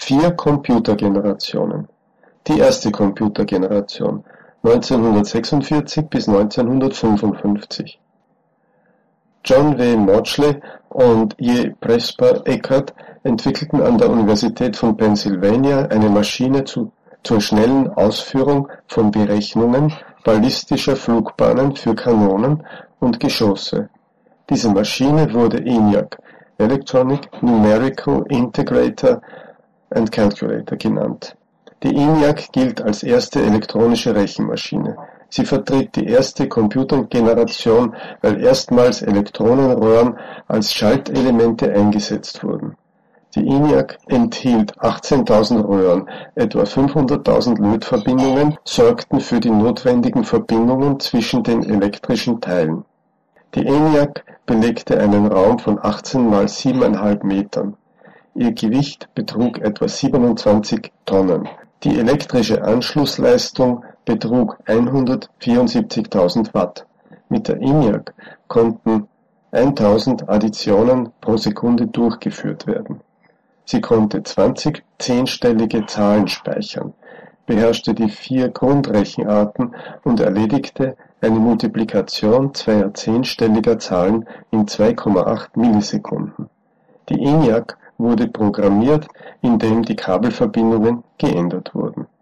4 Computergenerationen. Die erste Computergeneration 1946 bis 1955. John W. Mauchly und J. Presper Eckert entwickelten an der Universität von Pennsylvania eine Maschine zur schnellen Ausführung von Berechnungen ballistischer Flugbahnen für Kanonen und Geschosse. Diese Maschine wurde ENIAC (Electronic Numerical Integrator and Calculator) genannt. Die ENIAC gilt als erste elektronische Rechenmaschine. Sie vertritt die erste Computergeneration, weil erstmals Elektronenröhren als Schaltelemente eingesetzt wurden. Die ENIAC enthielt 18.000 Röhren, etwa 500.000 Lötverbindungen sorgten für die notwendigen Verbindungen zwischen den elektrischen Teilen. Die ENIAC belegte einen Raum von 18 mal 7,5 Metern. Ihr Gewicht betrug etwa 27 Tonnen. Die elektrische Anschlussleistung betrug 174.000 Watt. Mit der ENIAC konnten 1000 Additionen pro Sekunde durchgeführt werden. Sie konnte 20 zehnstellige Zahlen speichern, beherrschte die 4 Grundrechenarten und erledigte eine Multiplikation zweier zehnstelliger Zahlen in 2,8 Millisekunden. Die ENIAC wurde programmiert, indem die Kabelverbindungen geändert wurden.